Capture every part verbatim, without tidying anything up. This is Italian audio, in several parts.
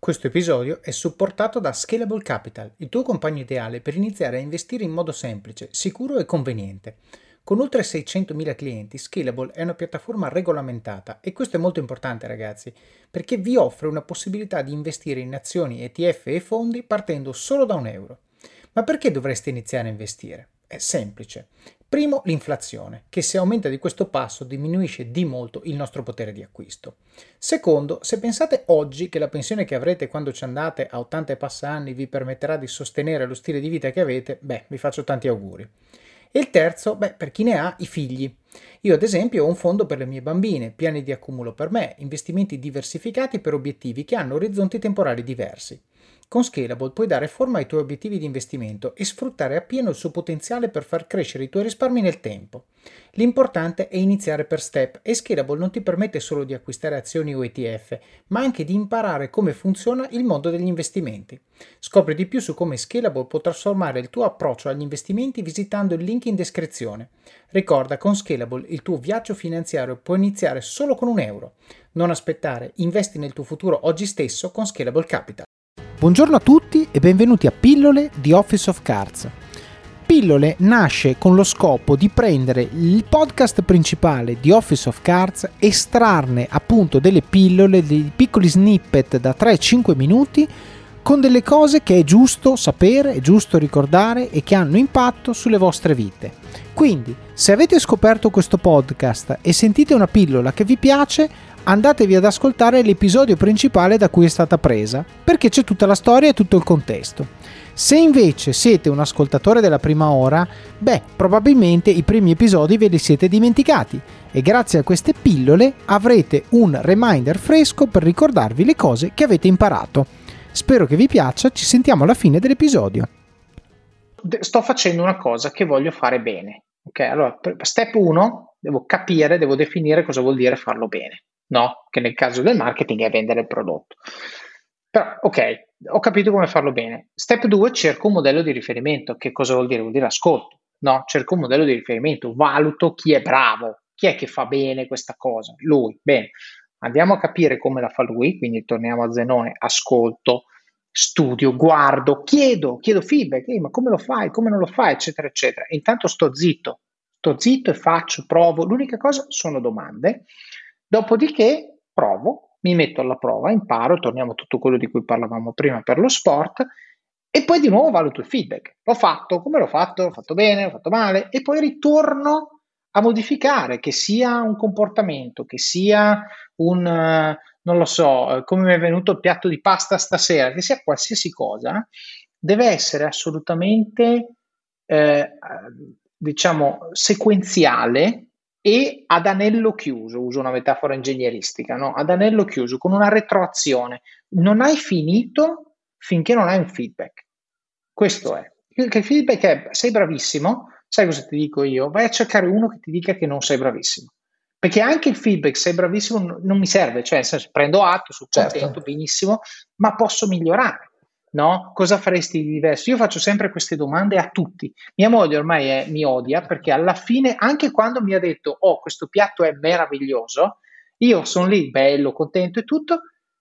Questo episodio è supportato da Scalable Capital, il tuo compagno ideale per iniziare a investire in modo semplice, sicuro e conveniente. Con oltre seicentomila clienti, Scalable è una piattaforma regolamentata e questo è molto importante, ragazzi, perché vi offre una possibilità di investire in azioni, E T F e fondi partendo solo da un euro. Ma perché dovreste iniziare a investire? È semplice. Primo, l'inflazione, che se aumenta di questo passo diminuisce di molto il nostro potere di acquisto. Secondo, se pensate oggi che la pensione che avrete quando ci andate a ottanta e passa anni vi permetterà di sostenere lo stile di vita che avete, beh, vi faccio tanti auguri. E il terzo, beh, per chi ne ha, i figli. Io ad esempio ho un fondo per le mie bambine, piani di accumulo per me, investimenti diversificati per obiettivi che hanno orizzonti temporali diversi. Con Scalable puoi dare forma ai tuoi obiettivi di investimento e sfruttare appieno il suo potenziale per far crescere i tuoi risparmi nel tempo. L'importante è iniziare per step e Scalable non ti permette solo di acquistare azioni o E T F, ma anche di imparare come funziona il mondo degli investimenti. Scopri di più su come Scalable può trasformare il tuo approccio agli investimenti visitando il link in descrizione. Ricorda, con Scalable il tuo viaggio finanziario può iniziare solo con un euro. Non aspettare, investi nel tuo futuro oggi stesso con Scalable Capital. Buongiorno a tutti e benvenuti a Pillole di Office of Cards. Pillole nasce con lo scopo di prendere il podcast principale di Office of Cards, estrarne appunto delle pillole, dei piccoli snippet da tre cinque minuti con delle cose che è giusto sapere, è giusto ricordare e che hanno impatto sulle vostre vite. Quindi, se avete scoperto questo podcast e sentite una pillola che vi piace, andatevi ad ascoltare l'episodio principale da cui è stata presa, perché c'è tutta la storia e tutto il contesto. Se invece siete un ascoltatore della prima ora, beh, probabilmente i primi episodi ve li siete dimenticati e grazie a queste pillole avrete un reminder fresco per ricordarvi le cose che avete imparato. Spero che vi piaccia, ci sentiamo alla fine dell'episodio. Sto facendo una cosa che voglio fare bene. Ok, allora, step uno, devo capire, devo definire cosa vuol dire farlo bene. No, che nel caso del marketing è vendere il prodotto. Però, ok, ho capito come farlo bene. Step due, cerco un modello di riferimento. Che cosa vuol dire? Vuol dire ascolto. No, cerco un modello di riferimento, valuto chi è bravo, chi è che fa bene questa cosa. Lui, bene. Andiamo a capire come la fa lui, quindi torniamo a Zenone, ascolto, studio, guardo, chiedo, chiedo feedback, eh, ma come lo fai, come non lo fai, eccetera, eccetera. E intanto sto zitto, sto zitto e faccio, provo. L'unica cosa sono domande. Dopodiché provo, mi metto alla prova, imparo, torniamo a tutto quello di cui parlavamo prima per lo sport e poi di nuovo valuto il feedback. L'ho fatto, come l'ho fatto? L'ho fatto bene, l'ho fatto male e poi ritorno a modificare, che sia un comportamento, che sia un, uh, non lo so, come mi è venuto il piatto di pasta stasera, che sia qualsiasi cosa, deve essere assolutamente, eh, diciamo, sequenziale e ad anello chiuso, uso una metafora ingegneristica, no? Ad anello chiuso, con una retroazione. Non hai finito finché non hai un feedback. Questo è. Il feedback è, sei bravissimo, sai cosa ti dico io? Vai a cercare uno che ti dica che non sei bravissimo. Perché anche il feedback, sei bravissimo, non mi serve, cioè nel senso, prendo atto, sono contento, certo, benissimo, ma posso migliorare. No? Cosa faresti di diverso? Io faccio sempre queste domande a tutti. Mia moglie ormai è, mi odia perché alla fine, anche quando mi ha detto oh, questo piatto è meraviglioso, io sono lì bello, contento e tutto,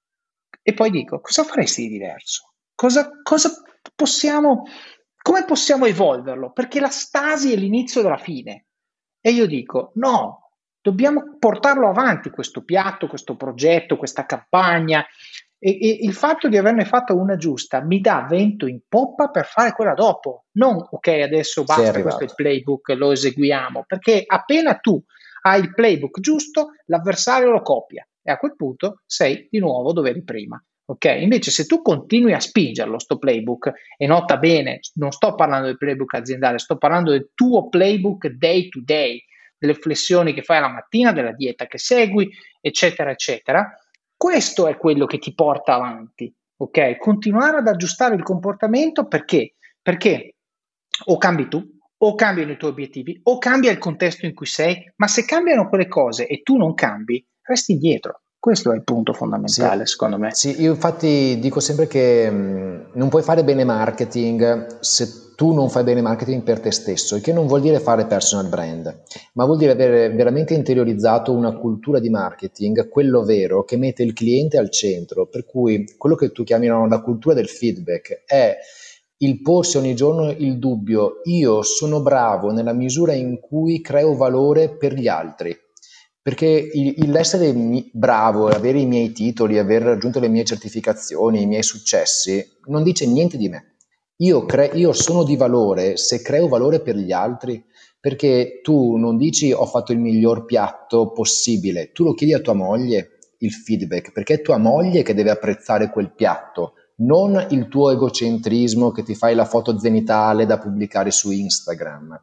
e poi dico cosa faresti di diverso? Cosa, cosa possiamo, come possiamo evolverlo? Perché la stasi è l'inizio della fine. E io dico no, dobbiamo portarlo avanti questo piatto, questo progetto, questa campagna. E, e il fatto di averne fatto una giusta mi dà vento in poppa per fare quella dopo. Non ok, adesso basta, questo è il playbook, lo eseguiamo, perché appena tu hai il playbook giusto, l'avversario lo copia e a quel punto sei di nuovo dove eri prima. Ok, invece se tu continui a spingerlo sto playbook, e nota bene, non sto parlando del playbook aziendale, sto parlando del tuo playbook day to day, delle flessioni che fai la mattina, della dieta che segui, eccetera, eccetera. Questo è quello che ti porta avanti, ok? Continuare ad aggiustare il comportamento perché? Perché o cambi tu, o cambiano i tuoi obiettivi, o cambia il contesto in cui sei, ma se cambiano quelle cose e tu non cambi, resti indietro. Questo è il punto fondamentale, sì, secondo me. Sì, io infatti dico sempre che mh, non puoi fare bene marketing se tu non fai bene marketing per te stesso, il che non vuol dire fare personal brand, ma vuol dire avere veramente interiorizzato una cultura di marketing, quello vero, che mette il cliente al centro, per cui quello che tu chiami no, la cultura del feedback è il porsi ogni giorno il dubbio: io sono bravo nella misura in cui creo valore per gli altri. Perché il, l'essere mi, bravo, avere i miei titoli, aver raggiunto le mie certificazioni, i miei successi, non dice niente di me. Io, cre- io sono di valore se creo valore per gli altri, perché tu non dici ho fatto il miglior piatto possibile, tu lo chiedi a tua moglie il feedback, perché è tua moglie che deve apprezzare quel piatto, non il tuo egocentrismo che ti fai la foto zenitale da pubblicare su Instagram.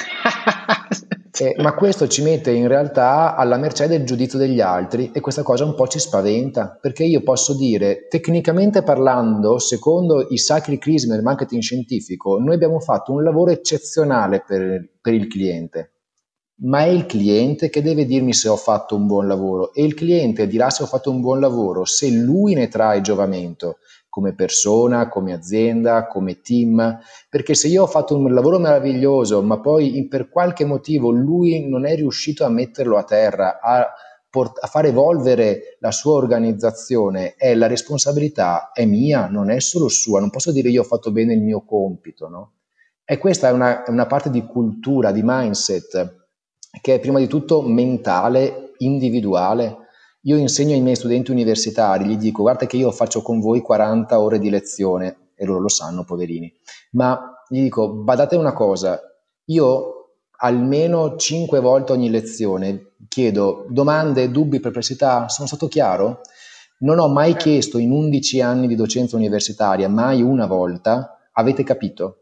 Eh, ma questo ci mette in realtà alla mercé del giudizio degli altri, e questa cosa un po' ci spaventa, perché io posso dire, tecnicamente parlando, secondo i sacri crismi del marketing scientifico, noi abbiamo fatto un lavoro eccezionale per, per il cliente, ma è il cliente che deve dirmi se ho fatto un buon lavoro, e il cliente dirà se ho fatto un buon lavoro se lui ne trae giovamento, come persona, come azienda, come team, perché se io ho fatto un lavoro meraviglioso, ma poi per qualche motivo lui non è riuscito a metterlo a terra, a, port- a far evolvere la sua organizzazione, e la responsabilità è mia, non è solo sua, non posso dire io ho fatto bene il mio compito, no? E questa è una, è una parte di cultura, di mindset, che è prima di tutto mentale, individuale. Io insegno ai miei studenti universitari, gli dico: guarda che io faccio con voi quaranta ore di lezione, e loro lo sanno, poverini, ma gli dico: badate una cosa, io almeno cinque volte ogni lezione chiedo domande, dubbi, perplessità, sono stato chiaro? Non ho mai chiesto in undici anni di docenza universitaria, mai una volta, avete capito?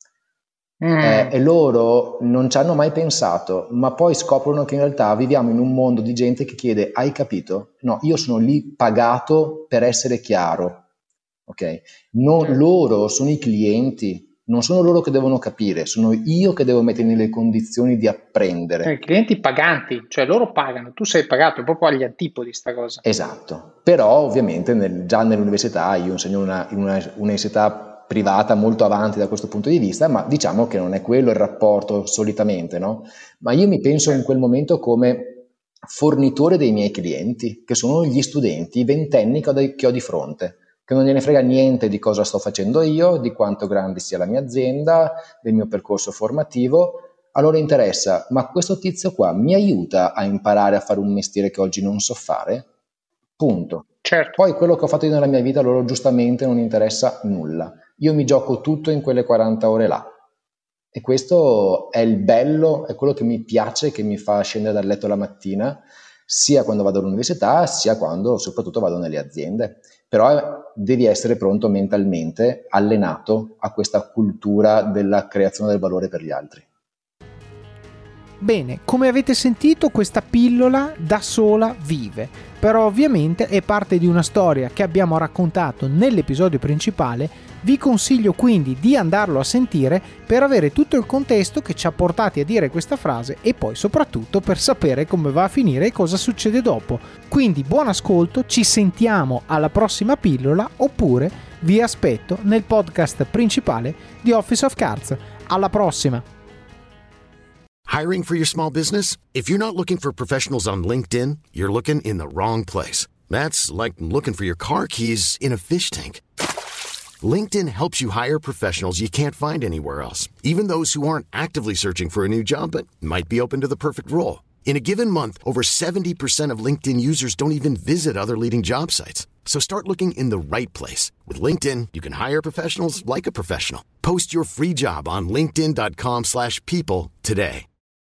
Mm. Eh, e loro non ci hanno mai pensato, ma poi scoprono che in realtà viviamo in un mondo di gente che chiede: hai capito? No, io sono lì pagato per essere chiaro, ok? Non, certo. Loro sono i clienti, non sono loro che devono capire, sono io che devo mettere nelle condizioni di apprendere. Cioè, i clienti paganti, cioè loro pagano, tu sei pagato, è proprio agli antipodi sta cosa. Esatto, però ovviamente nel, già nell'università, io insegno una, in una università privata molto avanti da questo punto di vista, ma diciamo che non è quello il rapporto solitamente, no? Ma io mi penso in quel momento come fornitore dei miei clienti, che sono gli studenti, i ventenni che ho, di, che ho di fronte, che non gliene frega niente di cosa sto facendo io, di quanto grande sia la mia azienda, del mio percorso formativo. A loro interessa: ma questo tizio qua mi aiuta a imparare a fare un mestiere che oggi non so fare? Punto. Certo. Poi quello che ho fatto io nella mia vita a loro giustamente non interessa nulla. Io mi gioco tutto in quelle quaranta ore là, e questo è il bello, è quello che mi piace, che mi fa scendere dal letto la mattina, sia quando vado all'università, sia quando soprattutto vado nelle aziende. Però devi essere pronto mentalmente, allenato a questa cultura della creazione del valore per gli altri. Bene, come avete sentito, questa pillola da sola vive, però ovviamente è parte di una storia che abbiamo raccontato nell'episodio principale. Vi consiglio quindi di andarlo a sentire per avere tutto il contesto che ci ha portati a dire questa frase, e poi soprattutto per sapere come va a finire e cosa succede dopo. Quindi buon ascolto, ci sentiamo alla prossima pillola, oppure vi aspetto nel podcast principale di Office of Cards. Alla prossima! Hiring for your small business? If you're not looking for professionals on LinkedIn, you're looking in the wrong place. That's like looking for your car keys in a fish tank. LinkedIn helps you hire professionals you can't find anywhere else, even those who aren't actively searching for a new job but might be open to the perfect role. In a given month, over seventy percent of LinkedIn users don't even visit other leading job sites. So start looking in the right place. With LinkedIn, you can hire professionals like a professional. Post your free job on linkedin dot com slash people today.